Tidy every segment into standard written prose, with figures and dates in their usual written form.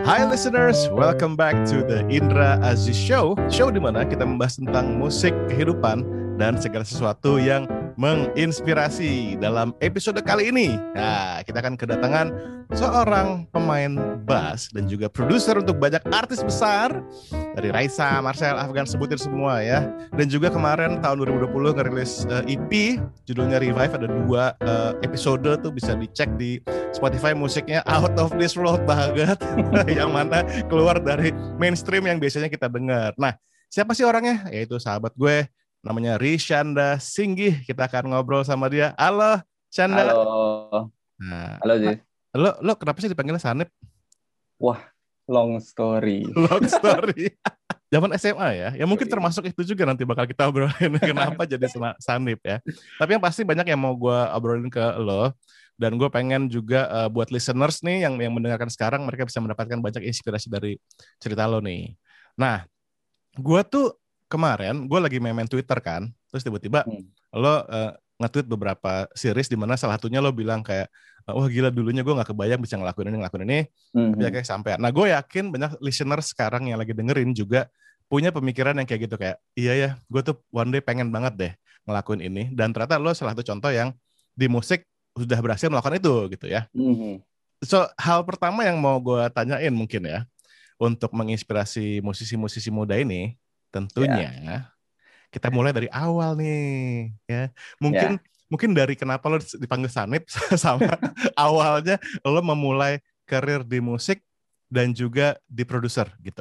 Hi listeners, welcome back to the Indra Aziz Show. Show di mana kita membahas tentang musik, kehidupan, dan segala sesuatu yang menginspirasi. Dalam episode kali ini, nah, kita akan kedatangan seorang pemain bass dan juga produser untuk banyak artis besar. Dari Raisa, Marcel, Afgan, sebutin semua ya. Dan juga kemarin tahun 2020 ngerilis EP, judulnya Revive. Ada 2 episode tuh, bisa dicek di Spotify, musiknya out of this world banget. Yang mana keluar dari mainstream yang biasanya kita dengar. Nah, siapa sih orangnya? Yaitu sahabat gue, namanya Rishanda Singgih. Kita akan ngobrol sama dia. Halo, Shanda. Halo. Nah, Halo, Jis. Lo kenapa sih dipanggilnya Sanip? Wah, long story. Long story. Zaman SMA ya. Ya mungkin termasuk itu juga nanti bakal kita obrolin kenapa jadi Sanip ya. Tapi yang pasti banyak yang mau gue obrolin ke lo. Dan gue pengen juga buat listeners nih yang mendengarkan sekarang, mereka bisa mendapatkan banyak inspirasi dari cerita lo nih. Nah, gue tuh kemarin, gue lagi main Twitter kan, terus tiba-tiba lo nge-tweet beberapa series di mana salah satunya lo bilang kayak, wah gila dulunya gue gak kebayang bisa ngelakuin ini, tapi kayak sampai. Nah, gue yakin banyak listener sekarang yang lagi dengerin juga punya pemikiran yang kayak gitu, kayak, iya ya, gue tuh one day pengen banget deh ngelakuin ini, dan ternyata lo salah satu contoh yang di musik sudah berhasil melakukan itu gitu ya. So, hal pertama yang mau gue tanyain mungkin ya, untuk menginspirasi musisi-musisi muda ini, tentunya kita mulai dari awal nih ya. Mungkin dari kenapa lo dipanggil Sanip sama awalnya lo memulai karir di musik dan juga di produser gitu.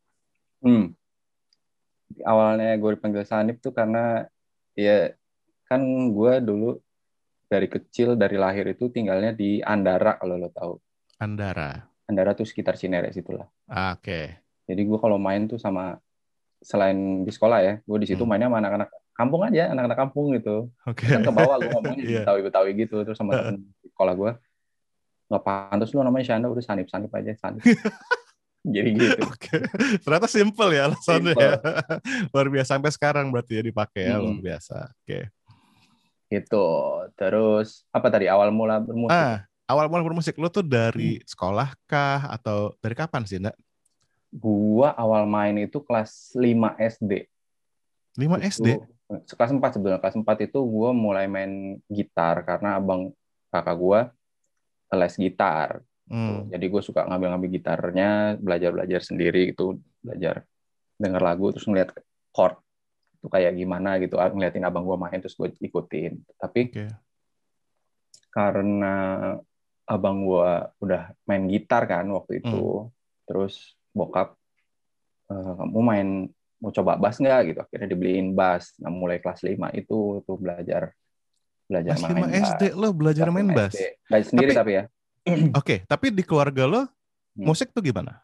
Awalnya gue dipanggil Sanip tuh karena ya kan gue dulu dari kecil, dari lahir itu tinggalnya di Andara, kalau lo tahu. Andara tuh sekitar Cinere situlah. Oke. Jadi gue kalau main tuh sama, selain di sekolah ya, gue di situ mainnya sama anak-anak kampung aja, anak-anak kampung gitu. Okay. Kan ke bawah gue ngomongnya Betawi-Betawi gitu, terus sama temen sekolah gue, nggak pantas lu namanya Shanda, udah Sanip aja, Sanip. Jadi gitu. Okay. Ternyata simple ya alasannya. Ya. Luar biasa sampai sekarang berarti ya dipakai ya, luar biasa. Oke. Gitu. Terus apa tadi awal mula bermusik? Awal mula bermusik lo tuh dari sekolah kah atau dari kapan sih, Ndak? Gua awal main itu kelas 5 SD. 5 SD? Kelas 4 sebenarnya. Kelas 4 itu gua mulai main gitar karena abang kakak gua les gitar. Jadi gue suka ngambil gitarnya, belajar sendiri gitu, belajar denger lagu terus ngeliat chord itu kayak gimana gitu, ngeliatin abang gue main terus gue ikutin. Tapi karena abang gue udah main gitar kan waktu itu, terus bokap, kamu mau coba bass nggak gitu, akhirnya dibeliin bass. Nah mulai kelas 5 itu belajar kelas main 5 SD bass. lo belajar main bass? Bass sendiri tapi ya. Oke, tapi di keluarga lo musik tuh gimana?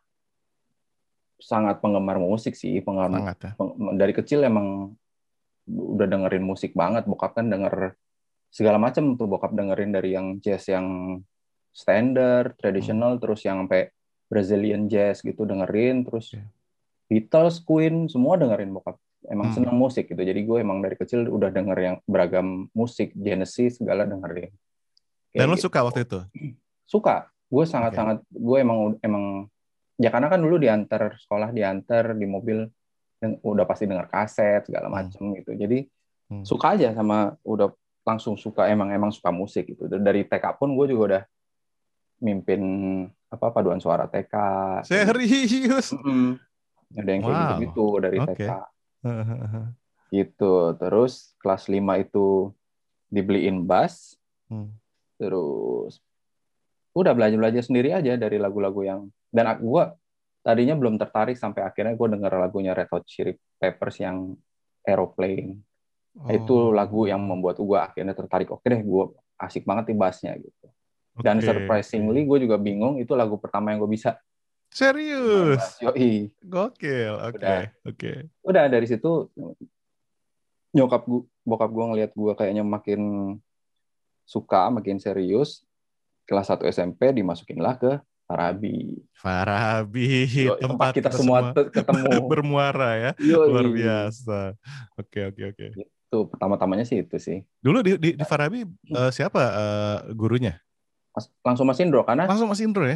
Sangat penggemar musik sih, dari kecil emang udah dengerin musik banget. Bokap kan denger segala macam tuh, bokap dengerin dari yang jazz yang standar, tradisional, terus yang sampai Brazilian jazz gitu dengerin, terus Beatles, Queen, semua dengerin bokap. Emang seneng musik gitu. Jadi gue emang dari kecil udah denger yang beragam musik, Genesis segala dengerin. Dan lo suka waktu itu? Suka. Gue sangat-sangat, gue emang ya karena kan dulu diantar di mobil, dan udah pasti dengar kaset segala macam gitu. Jadi suka aja, sama udah langsung suka, emang suka musik gitu. Dari TK pun gue juga udah mimpin paduan suara TK. Serius? Ada yang kayak gitu-gitu dari TK. Gitu. Terus kelas 5 itu dibeliin bass. Terus udah belajar sendiri aja dari lagu-lagu yang, dan gue tadinya belum tertarik sampai akhirnya gue denger lagunya Red Hot Chili Peppers yang Aeroplane. Itu lagu yang membuat gue akhirnya tertarik. Oke deh, gue asik banget nih bassnya gitu. Dan surprisingly gue juga bingung, itu lagu pertama yang gue bisa. Serius? Yoi. Gokil. Oke. Udah dari situ bokap gue ngelihat gue kayaknya makin suka, makin serius. Kelas 1 SMP dimasukinlah ke Farabi, tempat kita semua ketemu bermuara ya. Yoi. Luar biasa. Oke. Itu pertama-tamanya sih itu sih. Dulu di Farabi siapa gurunya? Langsung Mas Indro, karena langsung Mas Indro ya.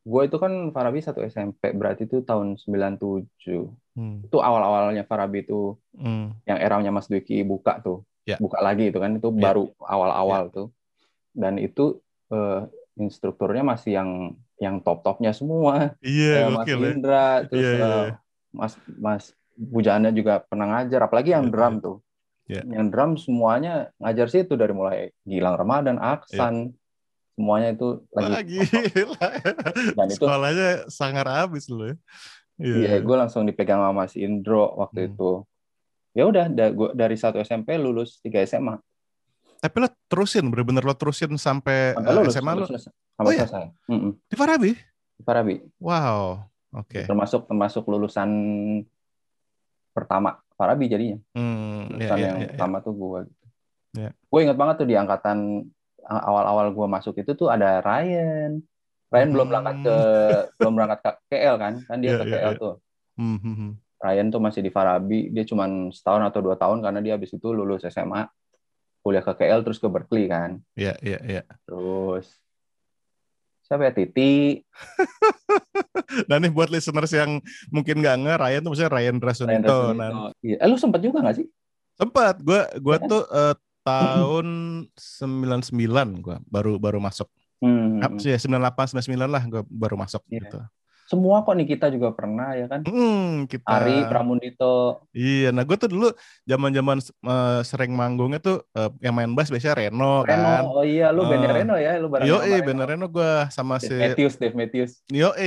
gue itu kan Farabi satu SMP, berarti itu tahun 97. Itu awal-awalnya Farabi itu yang eranya Mas Dwiki buka tuh. Yeah. Buka lagi itu kan, itu baru awal-awal tuh. Dan itu instrukturnya masih yang top-topnya semua. Iya, Mas gokil ya. Indra, terus Iya. Mas Bujana juga pernah ngajar, apalagi yang drum tuh. Yang drum semuanya ngajar situ dari mulai Gilang Ramadan, Aksan, semuanya itu lagi. Wah, gila. Dan itu sekolahnya sangar abis loh ya. Iya, gue langsung dipegang sama Mas Indro waktu itu. Ya udah, gue dari 1 SMP lulus 3 SMA. Tapi lo terusin, bener-bener lo terusin sampai lulus, SMA lo? Sampai selesai. Di Farabi? Di Farabi. Wow, oke. Termasuk lulusan pertama Farabi jadinya. Lulusan yang pertama tuh gue. Gue ingat banget tuh di angkatan awal-awal gue masuk itu tuh ada Ryan. Ryan belum berangkat ke KL kan dia ke KL tuh. Ryan tuh masih di Farabi, dia cuma setahun atau 2 tahun karena dia habis itu lulus SMA, kuliah ke KL terus ke Berkeley kan. Iya. Terus siapa ya, Titi. Nah nih buat listeners yang mungkin nggak Ryan tuh maksudnya Ryan Drasunito. Iya. Lu sempat juga nggak sih? Sempat, gue ya, tuh tahun 99 gue baru masuk. 98, 99 lah gue baru masuk gitu. Semua kok nih kita juga pernah ya kan. Kita. Ari Pramundito. Iya, nah gue tuh dulu zaman sering manggungnya tuh yang main bass biasanya Reno kan. Oh iya, lu bandnya Reno ya, lu bareng sama bandnya Reno gue sama Dave Matthews.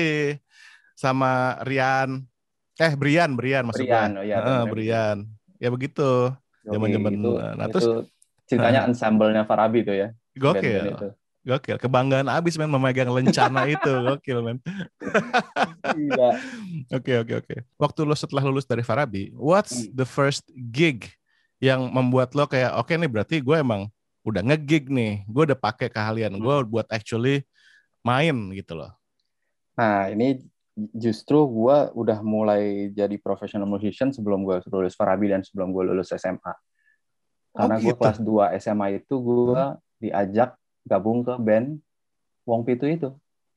Sama Rian. Brian maksud gue. Oh iya, Brian. Ya begitu. Zaman-zaman itu ceritanya ensemble-nya Farabi tuh ya. Gokil. Kebanggaan abis men memegang lencana itu. Gokil men. Gila. Oke. Waktu lo setelah lulus dari Farabi, what's the first gig yang membuat lo kayak oke nih berarti gue emang udah nge-gig nih. Gue udah pakai keahlian gue buat actually main gitu loh. Nah, ini justru gue udah mulai jadi professional musician sebelum gue lulus Farabi dan sebelum gue lulus SMA. Karena gue kelas 2 SMA itu gue diajak gabung ke band Wong Pitu itu.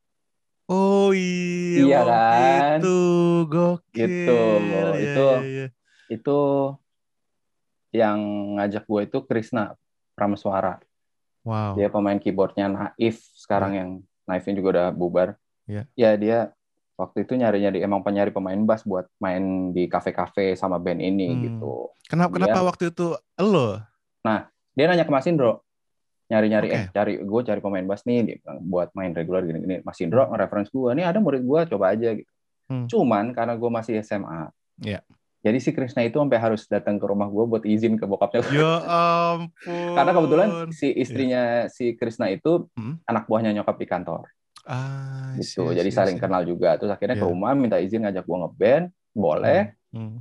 Oh iya kan? Pitu, gokil. Gitu. Itu yang ngajak gue itu Krisna Prameswara. Wow. Dia pemain keyboardnya Naif sekarang yang Naifnya juga udah bubar. Ya dia waktu itu nyari emang penyari pemain bass buat main di kafe-kafe sama band ini gitu. Kenapa waktu itu lo? Nah, dia nanya ke Mas Indro. Nyari gue cari pemain bass nih buat main regular gini-gini. Mas Indro nge-reference gue, nih ada murid gue, coba aja gitu. Cuman karena gue masih SMA. Jadi si Krisna itu sampai harus datang ke rumah gue buat izin ke bokapnya. Ya ampun. Karena kebetulan si istrinya si Krisna itu anak buahnya nyokap di kantor. Gitu. Jadi saling kenal juga. Terus akhirnya ke rumah minta izin ngajak gue ngeband, boleh.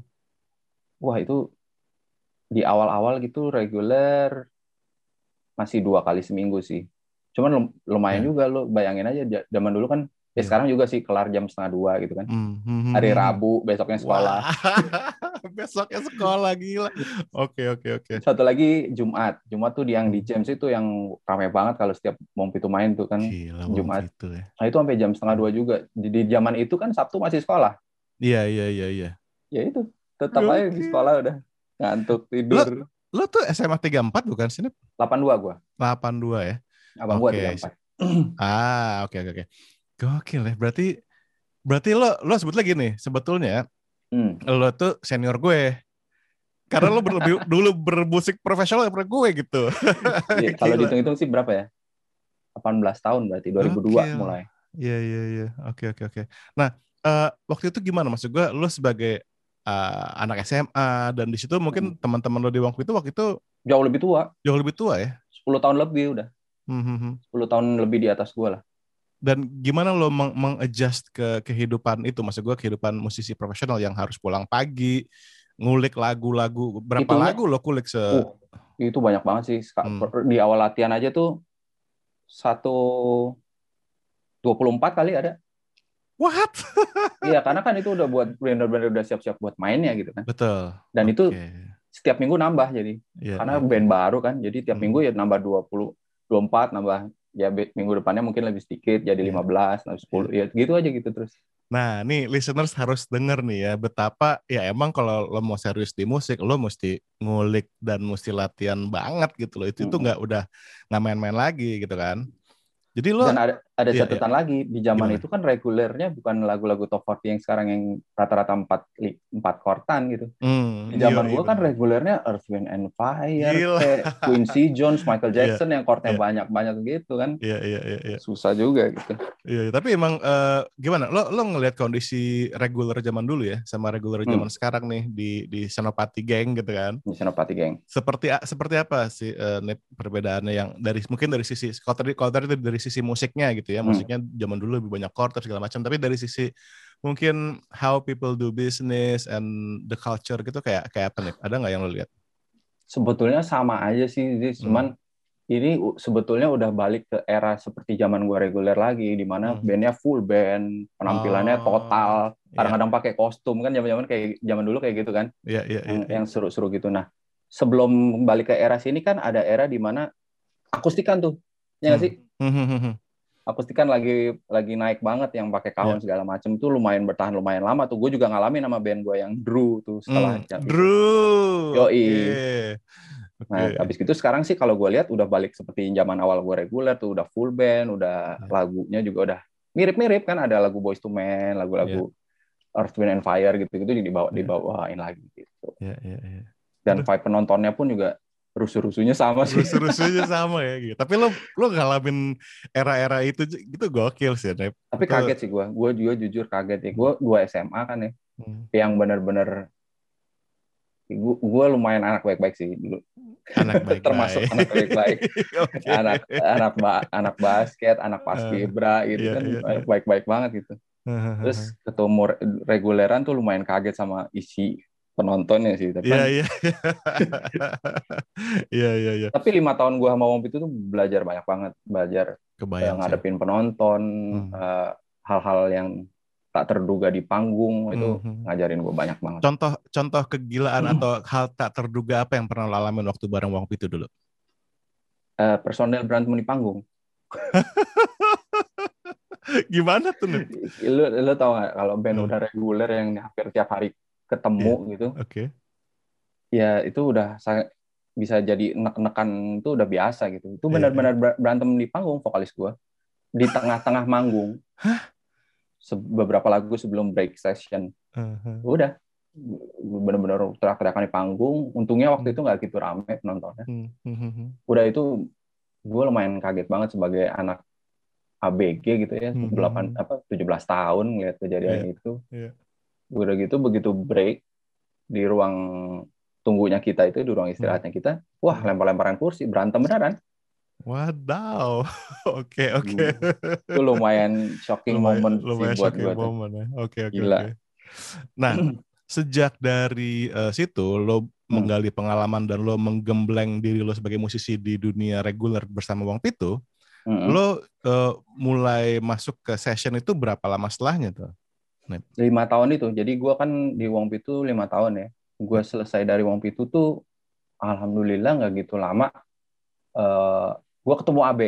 Wah itu di awal-awal gitu reguler masih 2 kali seminggu sih. Cuman lumayan juga lo bayangin aja zaman dulu kan. Ya sekarang juga sih kelar jam 1:30 gitu kan. Hari Rabu besoknya sekolah. Besoknya sekolah gila. Oke. Satu lagi Jumat tuh yang di James itu yang ramai banget kalau setiap Wong Pitu main tuh kan. Gila, Jumat. Nah itu sampai jam 1:30 juga. Di zaman itu kan Sabtu masih sekolah. Iya. Ya itu tetap aja di sekolah udah ngantuk tidur. Lo tuh SMA 34 bukan sih? 82 gua. 82 ya. Abang gua 34. Oke. Gokil ya. Berarti lo sebetulnya gini, sebetulnya lo tuh senior gue. Karena lo dulu bermusik profesional daripada gue gitu. Iya, kalau dihitung-hitung sih berapa ya? 18 tahun berarti 2002 mulai. Iya. Oke. Nah, waktu itu gimana maksud gue? Lo sebagai anak SMA dan di situ mungkin teman-teman lo di waktu itu jauh lebih tua ya? 10 tahun lebih udah. 10 tahun lebih di atas gue lah. Dan gimana lo meng-adjust ke kehidupan itu? Maksud gue kehidupan musisi profesional yang harus pulang pagi, ngulik lagu-lagu. Berapa lagu lo kulik? Itu banyak banget sih. Di awal latihan aja tuh 24 kali ada. What? Iya, karena kan itu udah buat benar-benar udah siap-siap buat mainnya gitu kan. Betul. Dan itu setiap minggu nambah jadi. Karena band baru kan. Jadi tiap minggu ya nambah 20, 24, nambah ya minggu depannya mungkin lebih sedikit jadi 15, lalu 10, ya gitu aja gitu terus. Nah, nih listeners harus denger nih ya, betapa ya emang kalau lo mau serius di musik, lo mesti ngulik dan mesti latihan banget gitu loh. Itu nggak main-main lagi gitu kan. Jadi lo dan ada catatan lagi di zaman gimana? itu kan regulernya bukan lagu-lagu top 40 yang sekarang yang rata-rata 4 chordan gitu. Di zaman gue kan regulernya Earth, Wind and Fire, kayak Quincy Jones, Michael Jackson yang chordnya banyak-banyak gitu kan. Iya. Susah juga gitu. Iya, tapi emang gimana? Lo ngelihat kondisi reguler zaman dulu ya sama reguler zaman sekarang nih di Senopati Gang gitu kan? Di Senopati Gang. Seperti apa sih perbedaannya yang mungkin dari sisi kalau tadi dari sisi musiknya gitu ya, musiknya zaman dulu lebih banyak chord segala macam, tapi dari sisi mungkin how people do business and the culture gitu kayak apa nih? Ada nggak yang lo lihat? Sebetulnya sama aja sih, cuman ini sebetulnya udah balik ke era seperti zaman gue reguler lagi, di mana bandnya full band, penampilannya total, kadang-kadang pakai kostum kan, zaman-zaman kayak zaman dulu kayak gitu kan, yang seru-seru gitu. Nah, sebelum balik ke era sini kan ada era di mana akustikan tuh, ya nggak sih? Akustikan lagi naik banget, yang pakai kahon segala macem tuh lumayan bertahan lumayan lama tuh. Gue juga ngalamin sama band gue yang Drew tuh setelah Drew. Yoi. Nah, habis itu sekarang sih kalau gue lihat udah balik seperti zaman awal gue reguler tuh, udah full band, udah lagunya juga udah mirip-mirip kan, ada lagu Boyz II Men, lagu-lagu Earth, Wind and Fire gitu-gitu dibawain lagi gitu. Dan vibe penontonnya pun juga rusuh-rusuhnya sama sih. Rusuh-rusuhnya sama ya gitu. Tapi lo ngalamin era-era itu gitu gokil sih, Nep. Tapi kaget sih gue juga jujur kaget ya. Gue 2 SMA kan ya. Yang bener-bener gue lumayan anak baik-baik sih dulu. Anak baik-baik. Termasuk anak baik-baik. anak basket, anak paskibra gitu kan, baik-baik banget gitu. Terus ketemu reguleran tuh lumayan kaget sama isi penontonnya sih. Iya. Tapi 5 tahun gue sama Wong Pitu tuh belajar banyak banget, belajar ngadepin penonton, hal-hal yang tak terduga di panggung, itu ngajarin gue banyak banget. Contoh kegilaan atau hal tak terduga apa yang pernah lo alamin waktu bareng Wong Pitu dulu? Personel berantem di panggung. Gimana tuh, Nek? Lo tau gak kalau band udah reguler yang hampir tiap hari ketemu gitu, ya itu udah bisa jadi enek-enekan, itu udah biasa gitu. Itu benar-benar berantem di panggung vokalis gue di tengah-tengah manggung. Beberapa lagu sebelum break session, udah benar-benar teriak-teriakan di panggung. Untungnya waktu itu nggak gitu rame penontonnya. Udah itu gue lumayan kaget banget sebagai anak ABG gitu ya, 17 tahun ngeliat kejadian itu. Udah gitu begitu break di ruang tunggunya kita itu, di ruang istirahatnya kita, wah lempar-lemparan kursi, berantem beneran. Wadaw, oke. Itu lumayan shocking moment sih buat gue. Oke. Nah, sejak dari situ lo menggali pengalaman dan lo menggembleng diri lo sebagai musisi di dunia reguler bersama Wong Pitu, lo mulai masuk ke session itu berapa lama setelahnya tuh? 5 tahun itu. Jadi gue kan di Wong Pitu 5 tahun ya. Gue selesai dari Wong Pitu tuh alhamdulillah nggak gitu lama. Gue ketemu Abe.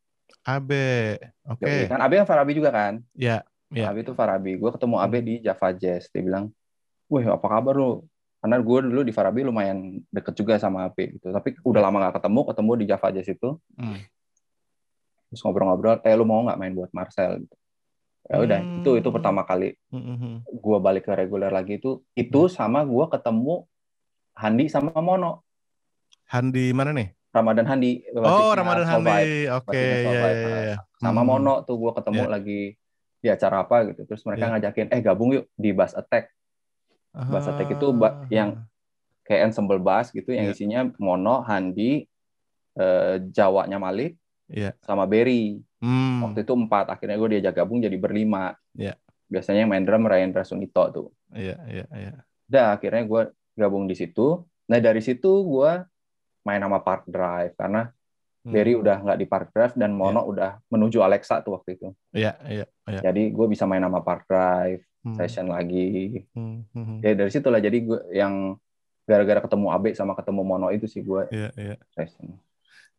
Oke. Kan Abe kan Farabi juga kan? Iya. Abe itu Farabi. Gue ketemu Abe di Java Jazz. Dia bilang, "Wih, apa kabar lu?" Karena gue dulu di Farabi lumayan deket juga sama Abe gitu. Tapi udah lama nggak ketemu di Java Jazz itu. Terus ngobrol-ngobrol, lu mau nggak main buat Marcel? Gitu. Ya udah, itu pertama kali gue balik ke reguler lagi itu sama gue ketemu Handi sama Mono. Handi mana nih? Ramadan Handi. Ramadan Handi. Oke. Sama Mono tuh gue ketemu lagi di acara apa gitu. Terus mereka ngajakin, gabung yuk di Bass Attack. Bass Attack itu yang kayak ensemble bass gitu, yang isinya Mono, Handi, Jawanya Malik, sama Berry. Waktu itu 4, akhirnya gue diajak gabung jadi berlima. Biasanya yang main drum Rayendra Sunito tuh. Udah akhirnya gue gabung di situ. Nah dari situ gue main sama Park Drive karena Berry udah nggak di Park Drive dan Mono udah menuju Alexa tuh waktu itu. Jadi gue bisa main sama Park Drive, session lagi. Ya dari situlah jadi gue yang gara-gara ketemu Abe sama ketemu Mono itu sih gue session.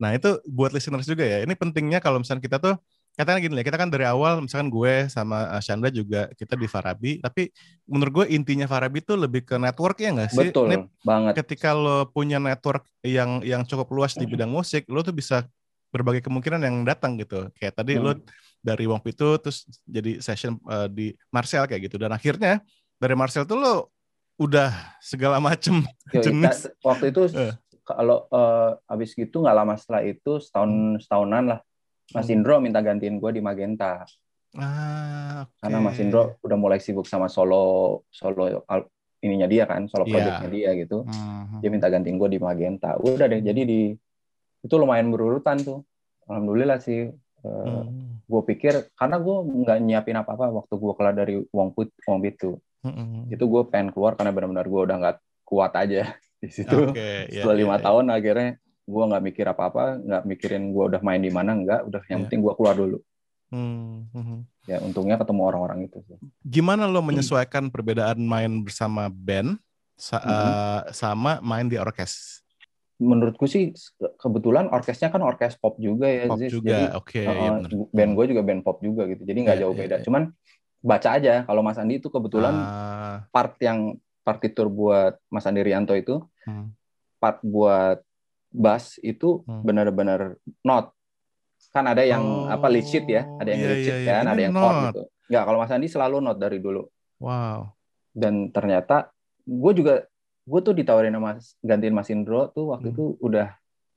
Nah itu buat listeners juga ya. Ini pentingnya kalau misalnya kita tuh katakan gini ya, kita kan dari awal misalkan gue sama Chandra juga kita di Farabi, tapi menurut gue intinya Farabi itu lebih ke network ya nggak sih? Ini Betul banget. ketika lo punya network yang cukup luas di bidang musik, lo tuh bisa berbagai kemungkinan yang datang gitu. Kayak tadi lo dari Wong Pitu terus jadi session di Marcel kayak gitu, dan akhirnya dari Marcel tuh lo udah segala macem jenis. Waktu itu kalau abis gitu nggak lama setelah itu setahunan lah, Mas Indro minta gantiin gue di Magenta. Karena Mas Indro udah mulai sibuk sama solo ininya dia kan, solo projectnya dia gitu. Dia minta gantiin gue di Magenta. Udah deh, jadi itu lumayan berurutan tuh. Alhamdulillah sih. Gue pikir karena gue nggak nyiapin apa-apa waktu gue keluar dari Wong Pitu. Itu gue pengen keluar karena benar-benar gue udah nggak kuat aja di situ. Setelah 5 tahun akhirnya gue nggak mikir apa-apa, nggak mikirin gue udah main di mana, nggak, udah yang penting gue keluar dulu. Ya untungnya ketemu orang-orang itu. Gimana lo menyesuaikan perbedaan main bersama band sama main di orkes? Menurutku sih kebetulan orkesnya kan orkes pop juga ya, pop Ziz. Juga. Jadi band gue juga band pop juga gitu. Jadi nggak jauh beda. Cuman baca aja. Kalau Mas Andi itu kebetulan partitur buat Mas Andi Rianto itu, part buat bass itu benar-benar not. Kan ada yang lead sheet ya, ada yang lead sheet kan, ada yang chord gitu. Nggak, kalau Mas Andi selalu not dari dulu. Wow. Dan ternyata gue tuh ditawarin sama gantiin Mas Indro tuh waktu itu udah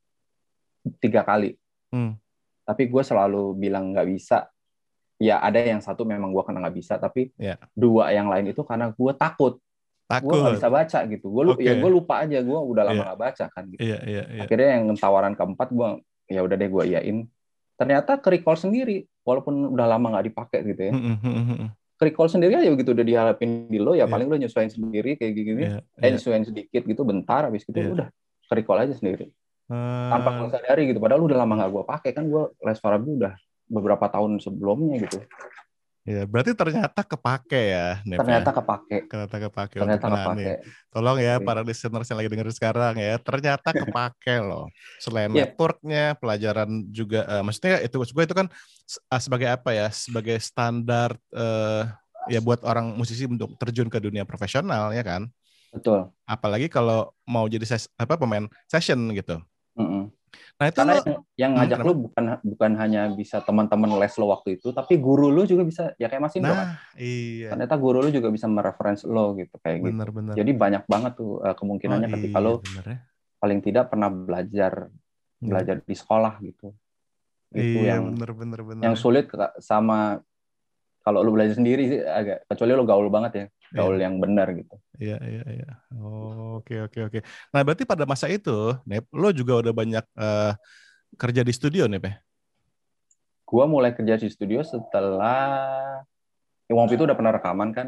3 kali. Tapi gue selalu bilang nggak bisa. Ya ada yang satu memang gue karena nggak bisa, tapi 2 yang lain itu karena gue takut. Gue nggak bisa baca gitu. Gue lupa aja, gue udah lama nggak baca kan gitu. Akhirnya yang tawaran keempat gue ya udah deh gue iyain. Ternyata ke-recall sendiri walaupun udah lama nggak dipakai gitu ya. Recall sendiri aja begitu udah diharapin di lo ya paling lo nyesuaiin sendiri kayak gini nyesuaiin sedikit gitu bentar habis gitu udah recall aja sendiri tanpa gue sadari gitu, padahal udah lama nggak gue pakai kan, gue les Farabi udah beberapa tahun sebelumnya gitu. Ya, berarti ternyata kepake ya, Nep, ternyata kepake untuk menangani. Tolong ya para listeners yang lagi dengerin sekarang ya, ternyata kepake loh. Selain networknya, pelajaran juga, maksudnya itu kan sebagai apa ya, sebagai standar ya buat orang musisi untuk terjun ke dunia profesional ya kan. Betul. Apalagi kalau mau jadi pemain session gitu. Nah itu karena yang ngajak lu bukan hanya bisa teman-teman les lo waktu itu, tapi guru lu juga bisa ya kayak Mas Indro kan. Iya. Ternyata guru lu juga bisa mereferensi lo gitu kayak gitu. Jadi banyak banget tuh kemungkinannya ketika lo paling tidak pernah belajar di sekolah gitu. Itu yang yang sulit sama kalau lu belajar sendiri sih agak, kecuali lu gaul banget ya, gaul yang benar gitu. Iya. Oke. Nah, berarti pada masa itu, Nep, lo juga udah banyak kerja di studio, Nep ya? Gua mulai kerja di studio setelah Wong Pitu udah pernah rekaman kan,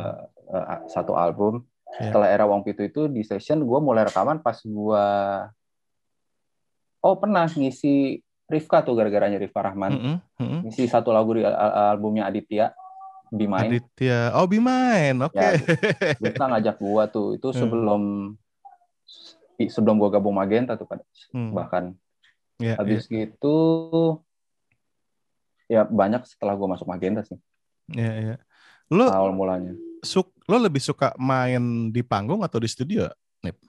1 album. Setelah era Wong Pitu itu di session, gua mulai rekaman pas gua pernah ngisi Rifka tuh, gara-garanya Rifka Rahman. Ngisi 1 lagu di albumnya Aditya. Be Mine. Aditya. Oh, Be Mine. Oke. Ya, Rifka ngajak gua tuh. Itu sebelum gua gabung Magenta tuh kan. Bahkan. Habis gitu ya banyak setelah gua masuk Magenta sih. Iya. Lo awal mulanya. Lo lebih suka main di panggung atau di studio, Nip?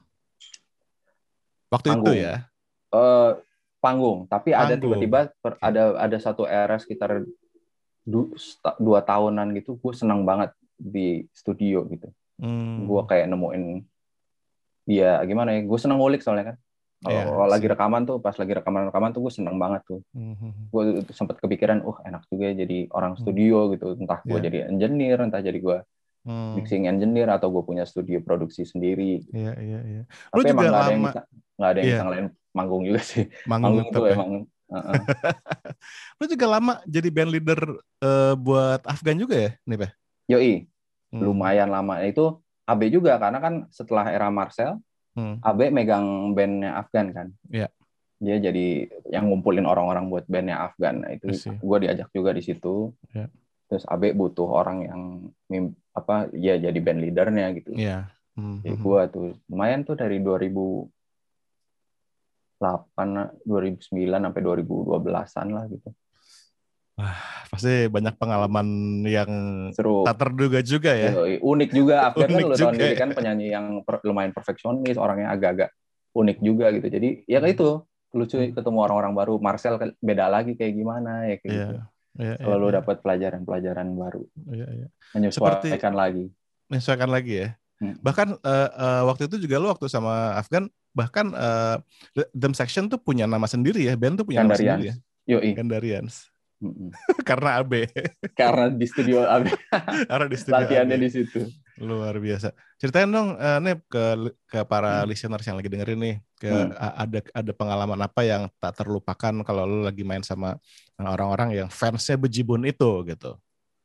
Waktu panggung. itu ya? Panggung. Tapi ada tiba-tiba ada satu era sekitar 2 tahunan gitu, gue senang banget di studio gitu. Gue kayak nemuin dia gimana ya, gue senang ngulik soalnya kan. Kalau lagi rekaman tuh, pas lagi rekaman tuh gue senang banget tuh. Gue sempat kepikiran, enak juga ya jadi orang studio gitu. Entah gue jadi engineer, entah jadi gue mixing engineer, atau gue punya studio produksi sendiri. Iya. Tapi emang nggak ada yang bisa ngelain manggung juga sih. Manggung itu emang. Lu juga lama jadi band leader buat Afgan juga ya, Nip ya? Yoi, lumayan lama. Itu AB juga, karena kan setelah era Marcel, AB megang bandnya Afgan kan. Iya. Dia jadi yang ngumpulin orang-orang buat bandnya Afgan. Nah, itu gue diajak juga di situ. Yeah. Terus AB butuh orang yang jadi band leadernya gitu. Iya. Jadi gue tuh lumayan tuh dari 2000 2009 sampai 2012-an lah gitu. Wah, pasti banyak pengalaman yang seru, tak terduga juga ya. Unik juga. Afgan kan Unik lo tahu juga sendiri ya. kan penyanyi yang lumayan perfeksionis, orangnya agak-agak unik juga gitu. Jadi ya kayak itu lucu ketemu orang-orang baru. Marcel beda lagi kayak gimana ya kayak gitu. Selalu dapat pelajaran-pelajaran baru. Seperti Menyesuaikan lagi. Menyesuaikan lagi ya. Bahkan waktu itu juga lo waktu sama Afgan bahkan Them Section tuh punya nama sendiri ya, band tuh punya nama sendiri ya. Yoi. Gandarians. Karena AB. Karena di studio AB. Karena di studio latihannya AB. di situ. Luar biasa. Ceritain dong Nip ke para listeners yang lagi dengerin nih, ada pengalaman apa yang tak terlupakan kalau lo lagi main sama orang-orang yang fansnya bejibun itu gitu.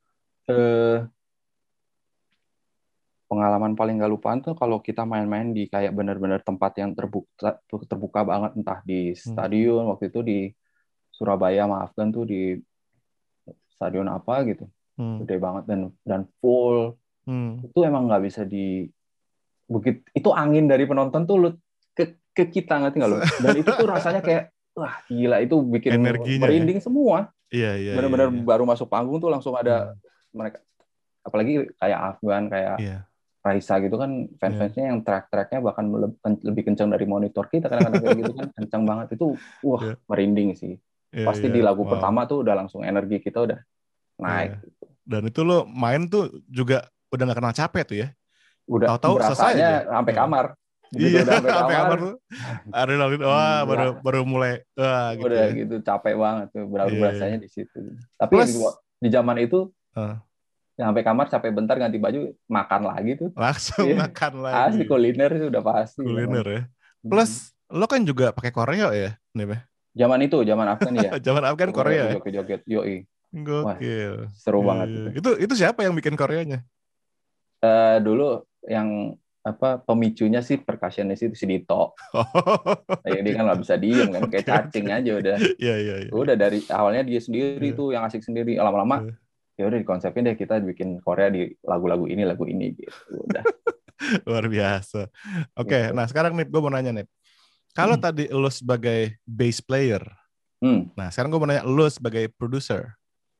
Pengalaman paling gak lupaan tuh kalau kita main-main di kayak benar-benar tempat yang terbuka banget, entah di stadion. Waktu itu di Surabaya, maafkan tuh di stadion apa gitu, gede banget dan full. Itu emang nggak bisa begitu, itu angin dari penonton tuh lu ke kita, ngerti nggak lo? Dan itu tuh rasanya kayak wah gila, itu bikin energinya merinding ya? Semua. Iya. Benar-benar baru masuk panggung tuh langsung ada mereka, apalagi kayak Afgan, kayak Raisa gitu kan, fans-fansnya yang track-tracknya bahkan lebih kencang dari monitor kita kadang-kadang kayak gitu kan, kencang banget itu, wah merinding sih. Pasti di lagu pertama tuh udah langsung energi kita udah naik. Gitu. Dan itu lo main tuh juga udah nggak kenal capek tuh ya? Udah tahu selesai aja sampai kamar. Begitu udah sampai kamar tuh adrenalin baru mulai gitu udah ya. Gitu capek banget tuh, berasanya di situ. Tapi di zaman itu sampai kamar capek bentar ganti baju makan lagi tuh. Langsung makan lagi. Asli kuliner itu udah pasti. Kuliner ya. Plus lo kan juga pakai koreo ya, nih. Zaman Afgan ya. Zaman Afgan Korea. Joget-joget, yoi. Gokil. Seru banget Itu siapa yang bikin koreonya? Dulu yang pemicunya sih percussionis itu si Dito. Dia kan nggak bisa diem kan, kayak cacing aja udah. Iya. Udah dari awalnya dia sendiri tuh yang asik sendiri, lama-lama ya udah dikonsepin deh kita bikin Korea di lagu-lagu ini gitu. Udah. Luar biasa. Oke, nah sekarang nih gue mau nanya nih. Kalau tadi lo sebagai bass player, nah sekarang gue mau nanya lo sebagai produser.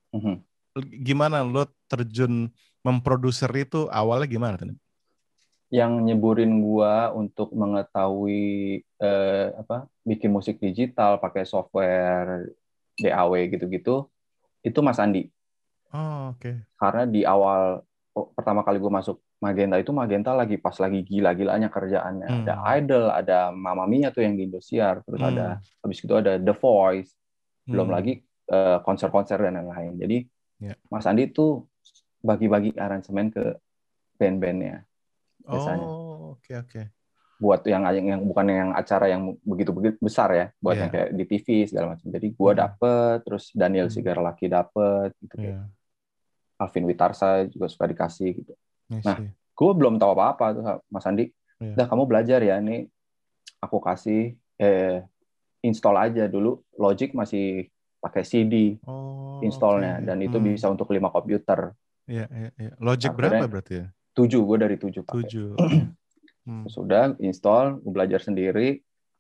Gimana lo terjun memproduser itu awalnya gimana tuh? Yang nyeburin gua untuk mengetahui bikin musik digital pakai software DAW gitu-gitu itu Mas Andi. Oh, oke. Karena di awal pertama kali gua masuk Magenta itu Magenta lagi gila-gilanya kerjaannya. Ada Idol, ada Mamma Mia tuh yang di Indosiar, terus ada habis itu ada The Voice. Belum lagi konser-konser dan lain-lain. Jadi Mas Andi tuh bagi-bagi aransemen ke band-bandnya. Biasanya. Oh, oke. Buat yang bukan yang acara yang begitu besar ya, buat yang kayak di TV segala macam. Jadi gue dapet, terus Daniel Sigarlaki dapet, gitu kayak. Alvin Witarsa juga suka dikasih gitu. Nah, gue belum tahu apa-apa tuh Mas Andi. Udah kamu belajar ya, ini aku kasih install aja dulu. Logic masih pakai CD installnya, dan itu bisa untuk 5 komputer. Iya. Logic berapa berarti ya? 7, gue dari 7 pakai. 7. Sudah install, gue belajar sendiri.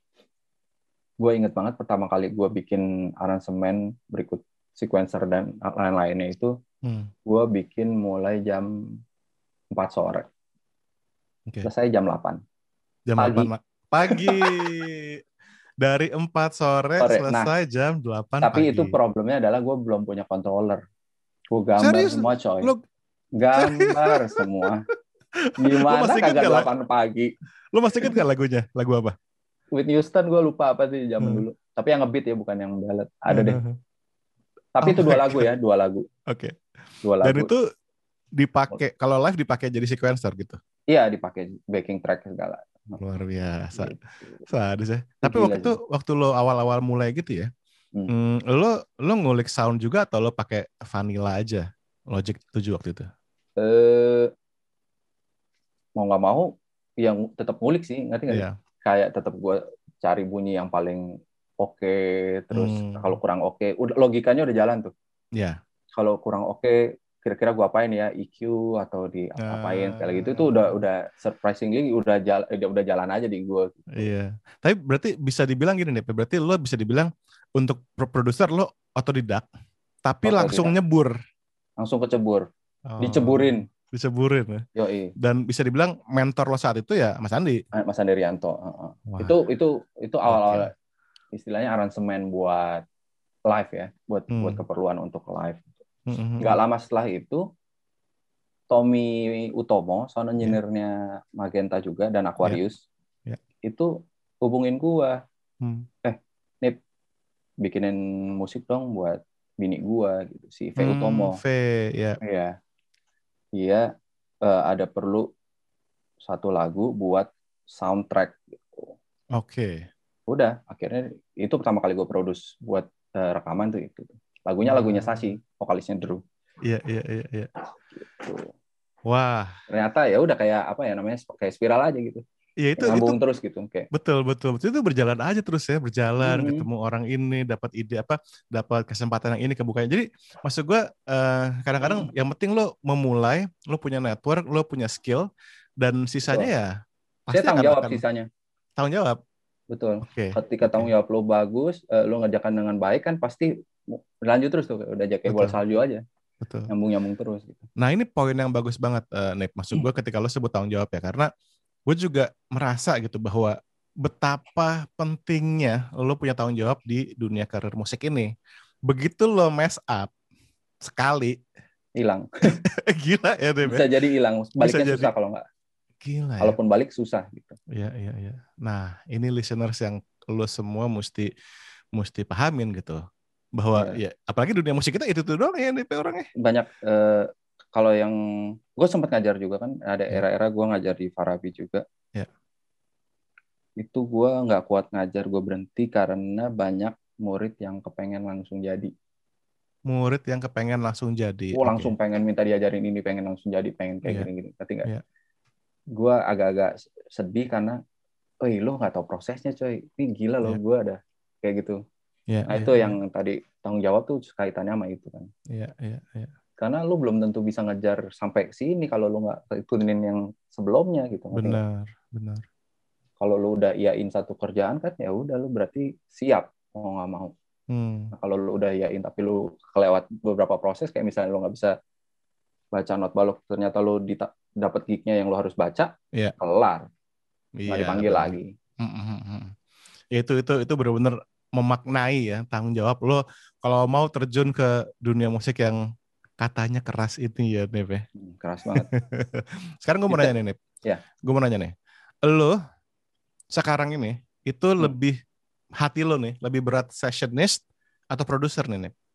Gue inget banget pertama kali gue bikin aransemen berikut sequencer dan lain-lainnya itu, gue bikin mulai jam 4 sore. Selesai jam 8. Jam pagi. 8 pagi. Dari 4 sore selesai jam 8 tapi pagi. Tapi itu problemnya adalah gue belum punya controller. Gue gambar semua coy. Gambar semua. Gimana kagak 8 pagi? Lo masih inget gak lagunya? Lagu apa? Whitney Houston, gue lupa apa sih zaman dulu. Tapi yang ngebeat ya, bukan yang ballad. Ada deh. Tapi itu 2 lagu ya, 2 lagu. Oke. 2 lagu. Dan itu dipakai, kalau live dipakai jadi sequencer gitu? Iya, dipakai backing track segala. Luar biasa. Sadis ya. Tapi waktu lo awal-awal mulai gitu ya, lo ngulik sound juga atau lo pakai vanilla aja? Logic 7 waktu itu? Mau nggak mau yang tetap ngulik sih, ngerti nggak? Yeah. Kayak tetap gue cari bunyi yang paling oke, terus kalau kurang oke, udah logikanya udah jalan tuh. Iya. Yeah. Kalau kurang oke, kira-kira gue apain ya, EQ atau di apain kayak gitu, itu udah surprisingly udah jalan aja di gue gitu. Iya, tapi berarti bisa dibilang gini nih, berarti lo bisa dibilang untuk produser lo otodidak tapi langsung nyebur, langsung kecebur, diceburin ya. Yoi. Dan bisa dibilang mentor lo saat itu ya Mas Andi Rianto. Itu awal-awal istilahnya aransemen buat live ya, buat keperluan untuk live. Nggak lama setelah itu Tommy Utomo, sound engineer-nya Magenta juga dan Aquarius, itu hubungin gua, Nip, bikinin musik dong buat bini gua gitu, si V Utomo. Iya. Dia ada perlu satu lagu buat soundtrack gitu. Udah, akhirnya itu pertama kali gue produce buat rekaman tuh itu. Lagunya Sashi, vokalisnya Drew. Iya. Gitu. Wah. Ternyata ya udah kayak apa ya namanya, kayak spiral aja gitu. Ya itu terus gitu kayak. Betul itu berjalan aja terus ya, ketemu orang ini, dapat ide dapat kesempatan yang ini kebukanya. Jadi maksud gue kadang-kadang yang penting lo memulai, lo punya network, lo punya skill, dan sisanya ya pasti tanggung jawab sisanya. Tanggung jawab. Betul. Ketika tanggung jawab lo bagus, lo ngerjakan dengan baik kan pasti lanjut terus tuh, udah kayak bola salju aja. Betul. Nyambung terus gitu. Nah, ini poin yang bagus banget Nip. Maksud gue ketika lo sebut tanggung jawab ya, karena gue juga merasa gitu bahwa betapa pentingnya lo punya tanggung jawab di dunia karir musik ini. Begitu lo mess up sekali, hilang. Gila ya Nip. Bisa jadi hilang, baliknya susah kalau nggak. Gila. Kalaupun balik susah gitu. Iya. Nah, ini listeners yang lo semua mesti pahamin gitu. Bahwa ya apalagi dunia musik kita itu tuh doang ya Nip orangnya. Banyak kalau yang gue sempat ngajar juga kan, ada era-era gue ngajar di Farabi juga. Itu gue nggak kuat ngajar, gue berhenti karena banyak murid yang kepengen langsung jadi. Langsung pengen minta diajarin ini, pengen langsung jadi, pengen kayak gini-gini. Ngerti nggak? Gue agak-agak sedih karena, lo nggak tahu prosesnya coy. Ini gila loh, gue ada kayak gitu. Nah itu yang tadi tanggung jawab tuh kaitannya sama itu kan. Iya. Karena lu belum tentu bisa ngejar sampai sini kalau lu nggak ikutin yang sebelumnya gitu. Benar. Kalau lu udah iyain satu kerjaan kan, ya udah lu berarti siap mau nggak mau. Nah, kalau lu udah iyain tapi lu kelewat beberapa proses, kayak misalnya lu nggak bisa baca not balok, ternyata lu dapat gig-nya yang lu harus baca, kelar, nggak dipanggil lagi. Itu benar-benar memaknai ya tanggung jawab lo kalau mau terjun ke dunia musik yang katanya keras ini ya Nip ya. Keras banget. Sekarang gue mau nanya nih Nip. Gue mau nanya nih. Lo sekarang ini itu lebih hati lo nih lebih berat sessionist atau produser nih Nip?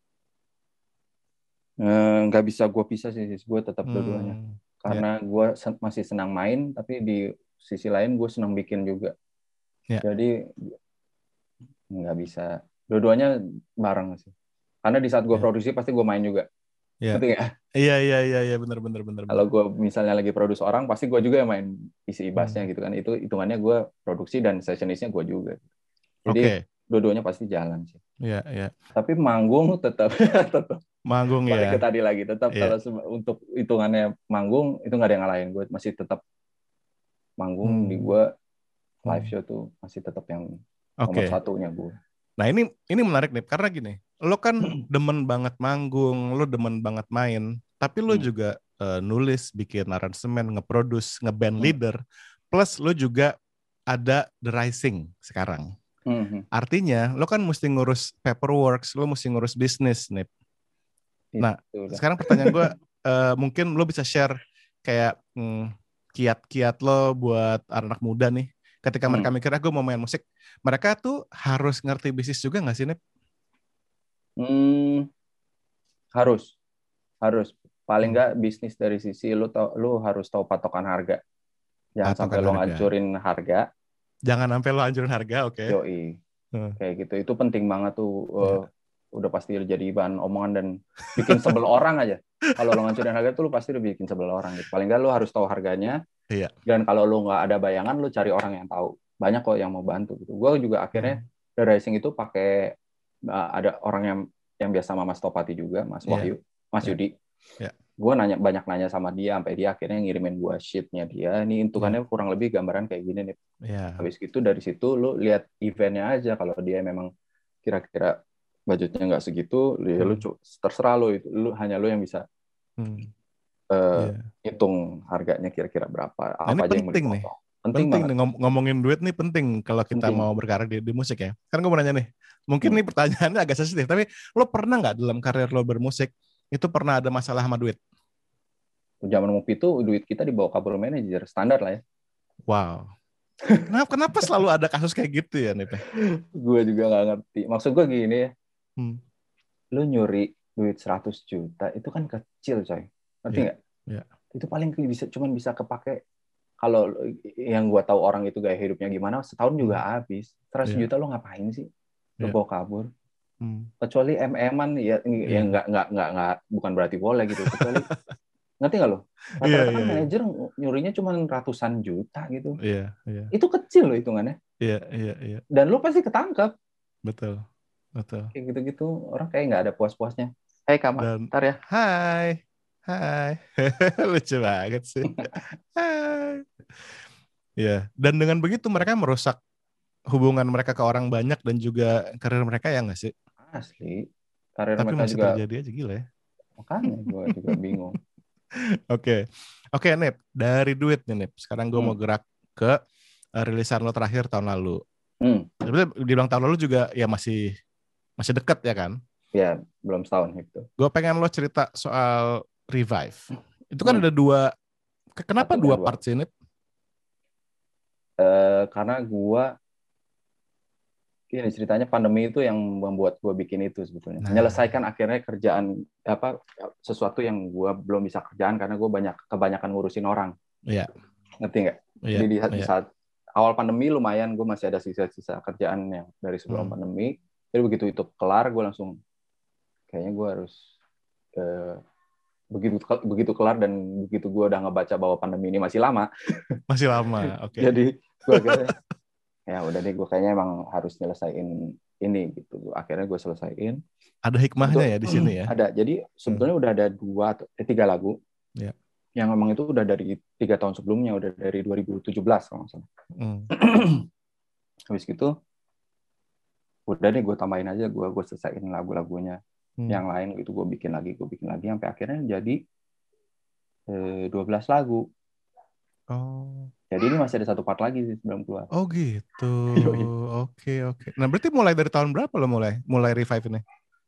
Nggak bisa gue pisah sih, gue tetap dua-duanya. Karena gue masih senang main, tapi di sisi lain gue senang bikin juga. Jadi nggak bisa, dua-duanya bareng sih. Karena di saat gue produksi pasti gue main juga. Ngerti nggak? Iya, benar. Kalau gue misalnya lagi produksi orang, pasti gue juga yang main isi bassnya gitu kan. Itu hitungannya gue produksi dan sessionistnya gue juga. Jadi dua-duanya pasti jalan sih. Iya. Tapi manggung tetap manggung ya. Balik ke tadi lagi, tetap kalau untuk hitungannya manggung itu nggak ada yang ngalahin gue, masih tetap manggung di gue live show tuh masih tetap yang nomor satunya gue. Nah ini menarik nih karena gini, lo kan demen banget manggung, lo demen banget main, tapi lo juga nulis, bikin aransemen, nge-produce, nge-band leader, plus lo juga ada The Rising sekarang. Artinya lo kan mesti ngurus paperwork, lo mesti ngurus bisnis nih. Nah sekarang pertanyaan gue, mungkin lo bisa share kayak kiat-kiat lo buat anak muda nih. Ketika mereka mikir, gue mau main musik, mereka tuh harus ngerti bisnis juga nggak sih, Nip? Harus. Paling nggak bisnis dari sisi lu harus tahu patokan harga. Jangan sampai lo ngancurin harga. Jangan sampai lo hancurin harga, oke. Yoi. Kayak gitu. Itu penting banget tuh. Udah pasti jadi bahan omongan dan bikin sebel orang aja. Kalau lo ngancurin harga tuh lo pasti udah bikin sebel orang gitu. Paling nggak lo harus tahu harganya. Iya. Dan kalau lo nggak ada bayangan, lo cari orang yang tahu. Banyak kok yang mau bantu gitu. Gue juga akhirnya The Rising itu pakai ada orang yang biasa sama Mas Topati juga, Mas Wahyu, Mas Yudi. gue banyak nanya sama dia sampai dia akhirnya ngirimin gue sheetnya dia. Ini hitungannya kurang lebih gambaran kayak gini nih. Habis itu dari situ lu lihat eventnya aja, kalau dia memang kira-kira budgetnya nggak segitu, ya lu terserah lu, itu lu hanya lu yang bisa hitung harganya kira-kira berapa. Nah, apa ini aja yang mau penting nih. dipotong. Penting banget. Nih, ngomongin duit nih penting kalau kita mau berkarir di musik ya. Kan gue mau nanya nih, mungkin nih pertanyaannya agak sensitif, tapi lo pernah nggak dalam karir lo bermusik itu pernah ada masalah sama duit? Zaman Mupi itu duit kita dibawa kabur manajer, standar lah ya. Wow. Kenapa selalu ada kasus kayak gitu ya, Nip? Gue juga nggak ngerti. Maksud gue gini ya, lu nyuri duit 100 juta itu kan kecil, coy. Ngerti nggak? Yeah. Itu paling cuman bisa kepake, kalau yang gue tahu orang itu gaya hidupnya gimana, setahun juga habis. 100 juta lo ngapain sih? Lo bawa kabur. Kecuali MM-an ya nggak, bukan berarti boleh gitu. Kecuali ngerti nggak lo? Rata-rata kan manajer nyurinya cuma ratusan juta gitu. Itu kecil loh hitungannya. Dan lo pasti ketangkep. Betul. Kayak gitu-gitu orang kayak nggak ada puas-puasnya. Hai Kama, ntar ya. Hai. Lucu banget sih. Hai. Ya, dan dengan begitu mereka merusak hubungan mereka ke orang banyak dan juga karir mereka, ya nggak sih? Asli. Karir tapi mereka masih juga terjadi aja, gila ya. Makanya gue juga bingung. Oke, Nip. Dari duit nih, Nip. Sekarang gue mau gerak ke rilisan lo terakhir tahun lalu. Sebenarnya dibilang tahun lalu juga ya masih dekat ya kan? Ya, belum setahun itu. Gue pengen lo cerita soal Revive. Itu kan ada dua. Kenapa dua part sih, Nip? Karena gue ini ceritanya pandemi itu yang membuat gue bikin itu sebetulnya. Menyelesaikan akhirnya kerjaan sesuatu yang gue belum bisa kerjaan karena gue kebanyakan ngurusin orang. Iya. Ngerti nggak? Jadi di saat awal pandemi lumayan gue masih ada sisa-sisa kerjaan yang dari sebelum pandemi. Jadi begitu itu kelar gue langsung kayaknya gue harus begitu kelar dan begitu gue udah ngebaca bahwa pandemi ini masih lama. Oke. Jadi gue akhirnya ya udah deh, gue kayaknya emang harus nyelesain ini gitu. Akhirnya gue selesaiin. Ada hikmahnya ya di sini ya? Ada. Jadi sebetulnya udah ada 3 lagu yang memang itu udah dari 3 tahun sebelumnya, udah dari 2017 kalau nggak salah. Habis gitu udah deh gue tambahin aja, gue selesaiin lagu-lagunya yang lain gitu, gue bikin lagi sampai akhirnya jadi 12 lagu. Jadi ini masih ada 1 part lagi sih sebelum keluar. Oh gitu. Oke. Nah berarti mulai dari tahun berapa lo mulai Revive ini?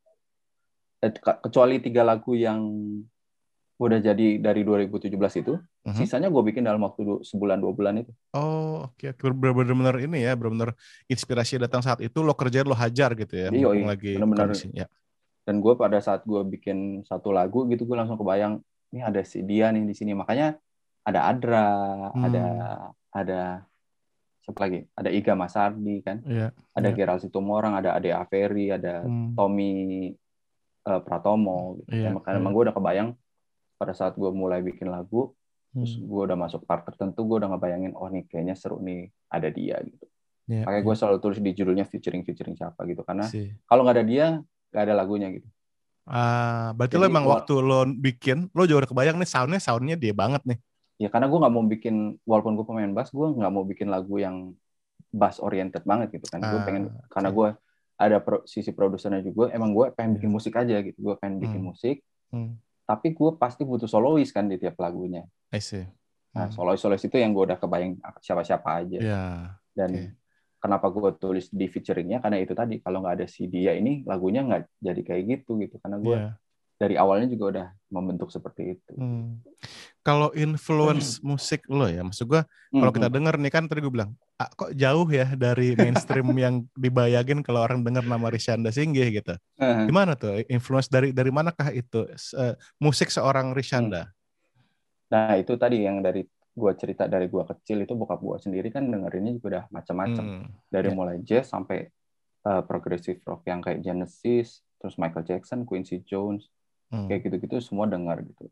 Kecuali 3 lagu yang udah jadi dari 2017 itu, sisanya gue bikin dalam waktu sebulan 2 bulan itu. Oh oke. Benar-benar ini ya, benar-benar inspirasi datang saat itu, lo kerjain, lo hajar gitu ya. Mumpung lagi kondisinya. Dan gue pada saat gue bikin 1 lagu gitu, gue langsung kebayang ini ada si dia nih di sini. Makanya ada Adra, ada siapa lagi? Ada Iga Masardi kan, ada Gerald Situmorang, ada Ade Averi, ada Tommy Pratomo. Gitu. Makanya emang gue udah kebayang pada saat gue mulai bikin lagu, terus gue udah masuk part tertentu, gue udah ngebayangin, oh nih kayaknya seru nih ada dia gitu. Makanya gue selalu tulis di judulnya featuring siapa gitu, karena kalau nggak ada dia nggak ada lagunya gitu. Berarti lo emang waktu lo bikin, lo juga udah kebayang nih soundnya dia banget nih. Ya karena gue nggak mau bikin, walaupun gue pemain bass, gue nggak mau bikin lagu yang bass oriented banget gitu kan. Gue pengen, karena gue ada sisi produsernya juga, emang gue pengen bikin musik aja gitu. Gue pengen bikin musik, tapi gue pasti butuh solois kan di tiap lagunya. Nah solois itu yang gue udah kebayang siapa-siapa aja. Dan kenapa gue tulis di featuringnya, karena itu tadi, kalau nggak ada si dia ini, lagunya nggak jadi kayak gitu karena gue dari awalnya juga udah membentuk seperti itu. Kalau influence musik lo ya, maksud gue kalau kita denger nih kan tadi gue bilang kok jauh ya dari mainstream yang dibayangin kalau orang denger nama Rishanda Singgih gitu. Gimana tuh influence dari manakah itu musik seorang Rishanda? Nah itu tadi yang dari gue cerita, dari gue kecil itu bokap gue sendiri kan dengerinnya juga udah macam-macam, dari mulai jazz sampai progressive rock yang kayak Genesis, terus Michael Jackson, Quincy Jones, kayak gitu-gitu semua dengar gitu.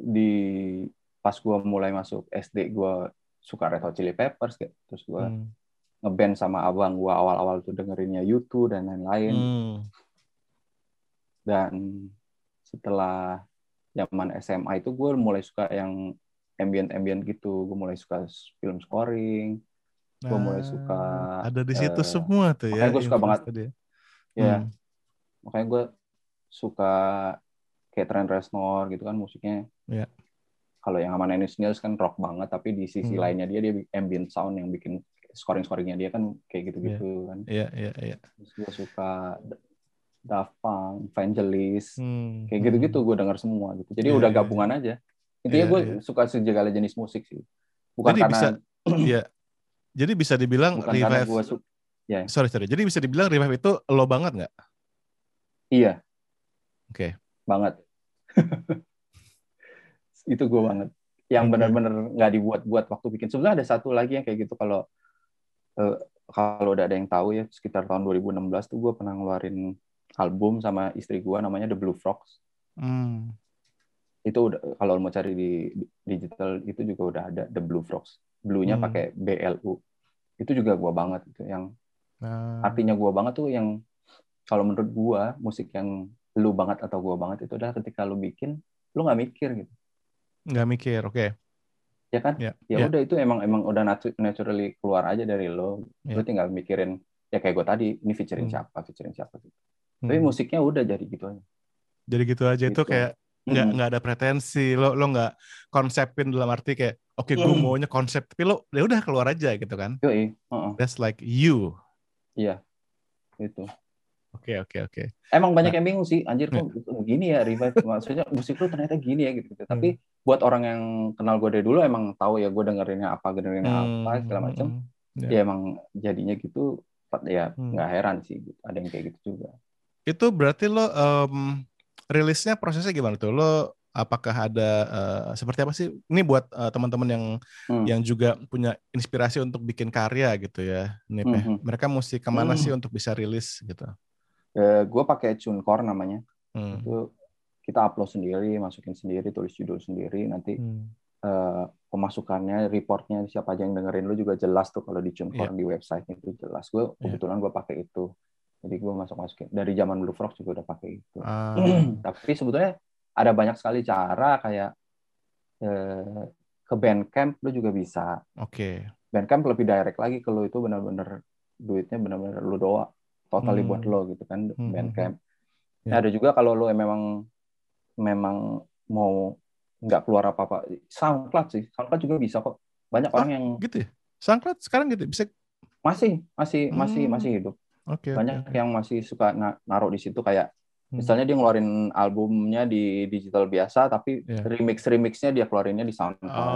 Pas gue mulai masuk SD, gue suka Red Hot Chili Peppers kayak, terus gue ngeband sama abang gue awal-awal tuh dengerinnya U2 dan lain-lain. Dan setelah zaman SMA itu gue mulai suka yang ambient gitu. Gue mulai suka film scoring. Gue mulai suka. Ada di situ semua tuh ya. Makanya gue suka banget. Tadi. Ya. Makanya gue suka kayak Trent Reznor gitu kan musiknya. Ya. Kalau yang sama Nine Inch Nails kan rock banget, tapi di sisi lainnya dia ambient sound yang bikin scoring-scoringnya dia kan kayak gitu-gitu kan. Iya. Terus gue suka Daft Punk, Vangelis, kayak gitu-gitu gue denger semua gitu. Jadi udah gabungan aja. Intinya gue suka segala jenis musik sih. Bukan jadi karena bisa, ya. Jadi bisa dibilang bukan Revive. Karena gue Sorry. Jadi bisa dibilang Revive itu lo banget nggak? Iya. Oke. Banget. Itu gue banget. Yang benar-benar nggak dibuat-buat waktu bikin. Sebenarnya ada satu lagi yang kayak gitu kalau udah ada yang tahu ya, sekitar tahun 2016 tuh gue pernah ngeluarin album sama istri gue namanya The Blue Frogs. Itu udah, kalau mau cari di digital itu juga udah ada The Blue Frogs. Blue-nya pakai BLU. Itu juga gue banget itu yang artinya gue banget tuh yang kalau menurut gue musik yang lu banget atau gue banget itu adalah ketika lu bikin lu nggak mikir gitu. Nggak mikir, oke. Ya kan? Ya udah itu emang udah naturally keluar aja dari lo. Lu tinggal mikirin ya kayak gue tadi ini featuring siapa gitu. Tapi musiknya udah jadi gitu aja. Jadi gitu aja gitu. Itu kayak nggak ada pretensi. Lo nggak konsepin dalam arti kayak oke, gue maunya konsep, tapi lo ya udah keluar aja gitu kan. That's like you. Iya. Itu. Oke. Emang banyak yang bingung sih, anjir kok gini ya Revive, maksudnya musik lu ternyata gini ya gitu. Tapi buat orang yang kenal gue dari dulu emang tahu ya gue dengerinnya apa segala macam. Ya emang jadinya gitu, ya nggak heran sih, ada yang kayak gitu juga. Itu berarti lo rilisnya prosesnya gimana tuh? Lo apakah ada seperti apa sih? Ini buat teman-teman yang juga punya inspirasi untuk bikin karya gitu ya, Nip, ya. Mereka mesti kemana sih untuk bisa rilis gitu? Gue pakai TuneCore namanya. Itu kita upload sendiri, masukin sendiri, tulis judul sendiri, nanti pemasukannya, reportnya siapa aja yang dengerin lu juga jelas tuh kalau di TuneCore di website itu jelas. Gue kebetulan gue pakai itu. Jadi gue masukin dari zaman Blue Frog juga udah pakai itu. Tapi sebetulnya ada banyak sekali cara kayak ke Bandcamp lu juga bisa. Bandcamp lebih direct lagi kalau itu benar-benar duitnya benar-benar lu doa totally buat lo gitu kan Bandcamp. Nah, ada juga kalau lo memang mau nggak keluar apa-apa, SoundCloud juga bisa kok. Banyak orang yang gitu ya. SoundCloud sekarang gitu bisa masih hidup. Banyak yang masih suka naruh di situ kayak misalnya dia ngeluarin albumnya di digital biasa tapi remixnya dia keluarinnya di SoundCloud.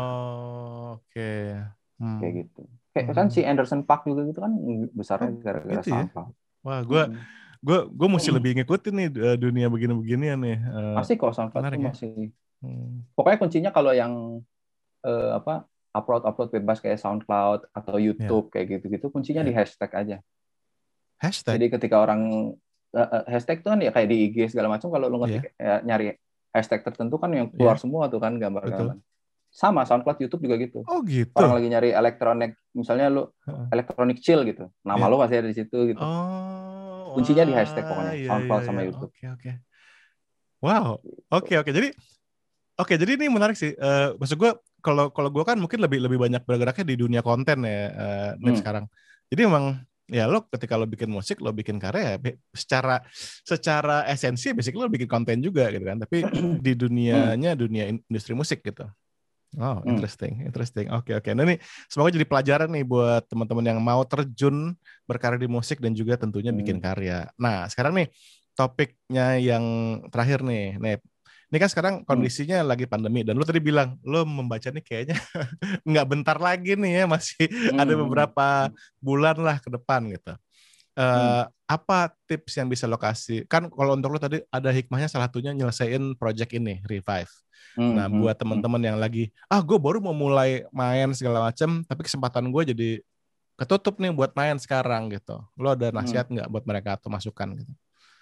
Kayak gitu. Kayak kan si Anderson .Paak juga gitu kan besarnya gara-gara gitu ya? SoundCloud. Wah, gue mesti lebih ngikutin nih dunia begini-beginian nih. Masih kok SoundCloud tuh masih. Pokoknya kuncinya kalau yang upload bebas kayak SoundCloud atau YouTube kayak gitu-gitu kuncinya di hashtag aja. Hashtag. Jadi ketika orang hashtag tuh kan ya kayak di IG segala macam kalau lu ngetik nyari hashtag tertentu kan yang keluar semua tuh kan gambar-gambar. Sama SoundCloud, YouTube juga gitu. Oh gitu. Orang lagi nyari elektronik, misalnya lu elektronik chill gitu, nama lu pasti ada di situ gitu. Kuncinya di hashtag pokoknya SoundCloud sama YouTube. Oke. Wow. Oke. Jadi ini menarik sih. Maksud gue kalau gue kan mungkin lebih banyak bergeraknya di dunia konten ya sekarang. Jadi memang ya lo ketika lo bikin musik, lo bikin karya secara esensi basically lo bikin konten juga gitu kan. Tapi di dunia industri musik gitu. Oh, interesting. Oke. Nah ini semoga jadi pelajaran nih buat teman-teman yang mau terjun berkarya di musik dan juga tentunya bikin karya. Nah, sekarang nih topiknya yang terakhir nih, Nep. Ini kan sekarang kondisinya lagi pandemi dan lu tadi bilang lu membaca nih kayaknya nggak bentar lagi nih ya, masih ada beberapa bulan lah ke depan gitu. Apa tips yang bisa lo kasih? Kan kalau untuk lo tadi ada hikmahnya salah satunya nyelesain project ini, Revive. Nah, buat teman-teman yang lagi, gue baru mau mulai main segala macam, tapi kesempatan gue jadi ketutup nih buat main sekarang gitu. Lo ada nasihat nggak buat mereka atau masukan gitu?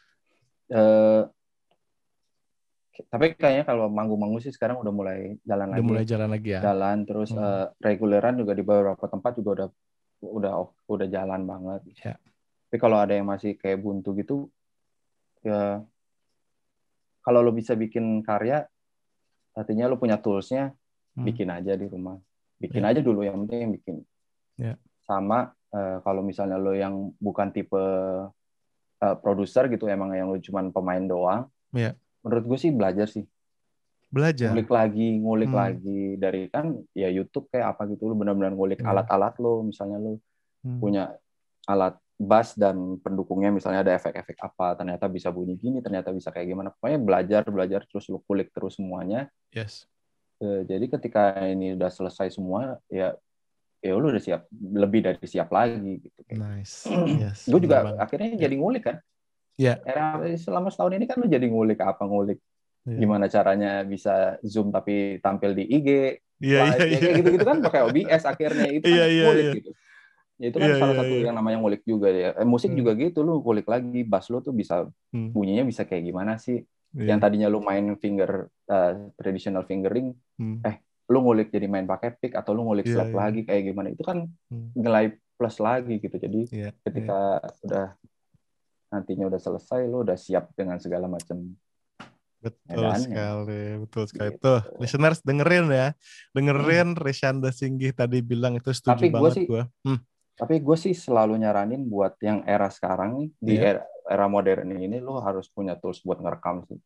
Tapi kayaknya kalau manggung-manggung sih sekarang udah mulai jalan lagi. Udah mulai jalan lagi ya. Jalan terus reguleran juga di beberapa tempat juga udah jalan banget. Ya. Tapi kalau ada yang masih kayak buntu gitu, ya kalau lo bisa bikin karya, artinya lu punya toolsnya, bikin aja di rumah. Bikin aja dulu, yang penting yang bikin. Sama kalau misalnya lo yang bukan tipe produser gitu, emang yang lo cuman pemain doang, menurut gue sih belajar sih. Ngulik lagi dari kan ya YouTube kayak apa gitu, lo benar-benar ngulik alat-alat lo, misalnya lo punya alat bass dan pendukungnya, misalnya ada efek-efek apa, ternyata bisa bunyi gini, ternyata bisa kayak gimana, pokoknya belajar terus lo kulik terus semuanya. Jadi ketika ini udah selesai semua, ya lu udah siap, lebih dari siap lagi gitu. Nice. Gue juga akhirnya jadi ngulik kan. Selama setahun ini kan lu jadi ngulik gimana caranya bisa Zoom tapi tampil di IG, kayak gitu-gitu kan, pakai OBS akhirnya, itu kan ngulik gitu. Ya, itu kan salah satu yang namanya ngulik juga ya. Musik juga gitu, lu ngulik lagi, bass lu tuh bisa bunyinya bisa kayak gimana sih. Yang tadinya lu main traditional fingering, lu ngulik jadi main pakai pick, atau lu ngulik slap lagi kayak gimana, itu kan nilai plus lagi gitu. Jadi ketika udah nantinya udah selesai, lu udah siap dengan segala macam. Betul sekali. Gitu. Tuh, listeners dengerin Reshanda Singgih tadi bilang itu, setuju banget gue. Tapi gue sih selalu nyaranin buat yang era sekarang nih, di era modern ini, lu harus punya tools buat ngerekam sih.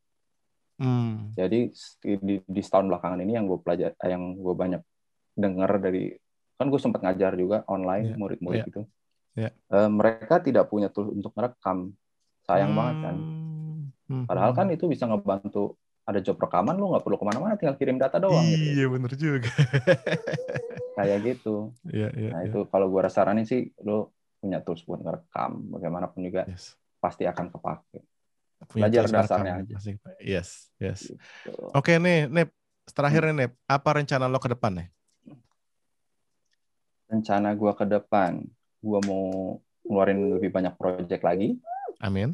Jadi di setahun belakangan ini yang gue banyak dengar dari, kan gue sempat ngajar juga online, murid-murid gitu. Mereka tidak punya tool untuk merekam, sayang banget kan. Padahal kan itu bisa ngebantu, ada job rekaman, lu nggak perlu kemana-mana, tinggal kirim data doang. Iya gitu. Bener juga. Kayak gitu. Nah itu kalau gue saranin sih, lu punya tools buat ngerekam, bagaimanapun juga pasti akan kepake. Belajar dasarnya aja. Yes. Gitu. Oke nih, Nip. Terakhir nih, Nip. Apa rencana lo ke depan nih? Rencana gue ke depan, gue mau ngeluarin lebih banyak project lagi. Amin.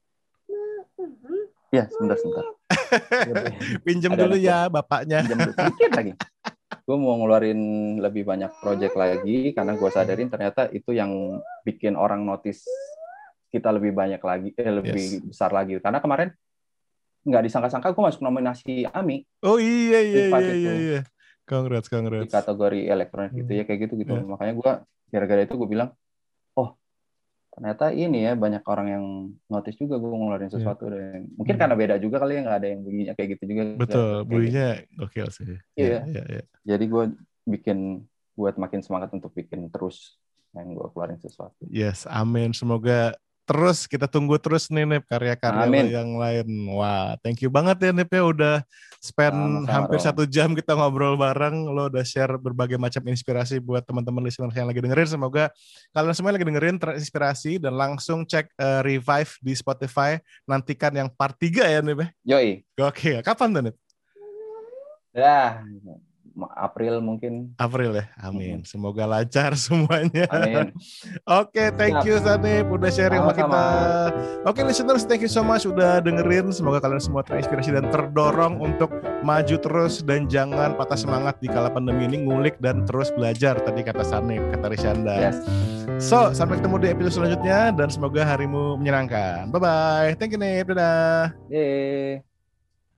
Ya, sebentar. Pinjam dulu ya bapaknya. Pinjam dulu sedikit lagi. Gue mau ngeluarin lebih banyak project lagi, karena gue sadarin ternyata itu yang bikin orang notice kita lebih banyak lagi, lebih besar lagi. Karena kemarin nggak disangka-sangka gue masuk nominasi AMI. Oh iya. Congrats. Di kategori elektronik gitu ya, kayak gitu. Makanya gue gara-gara itu gue bilang, oh ternyata ini ya banyak orang yang notice juga gue ngeluarin sesuatu. Dan mungkin karena beda juga kali ya, nggak ada yang bunyinya kayak gitu juga. Betul, bunyinya gokil sih. Iya. Jadi gue buat makin semangat untuk bikin terus yang gue keluarin sesuatu. Yes, amin. Semoga terus kita tunggu terus nih Nip karya-karya lo yang lain. Wah, thank you banget ya Nip ya, udah spend hampir 1 jam kita ngobrol bareng. Lo udah share berbagai macam inspirasi buat teman-teman listeners yang lagi dengerin. Semoga kalian semua lagi dengerin terinspirasi dan langsung cek Revive di Spotify. Nantikan yang part 3 ya Nip ya. Yoi. Oke, kapan tuh Nip? Ya, April mungkin. April ya, amin. Semoga lancar semuanya. Amin. Oke, thank you Sanip udah sharing sama kita. Oke, listeners, thank you so much udah dengerin. Semoga kalian semua terinspirasi dan terdorong untuk maju terus dan jangan patah semangat di kala pandemi ini, ngulik dan terus belajar. Tadi kata Sanip, kata Reshanda. Yes. So, sampai ketemu di episode selanjutnya dan semoga harimu menyenangkan. Bye-bye. Thank you Nip. Dadah. Yeay.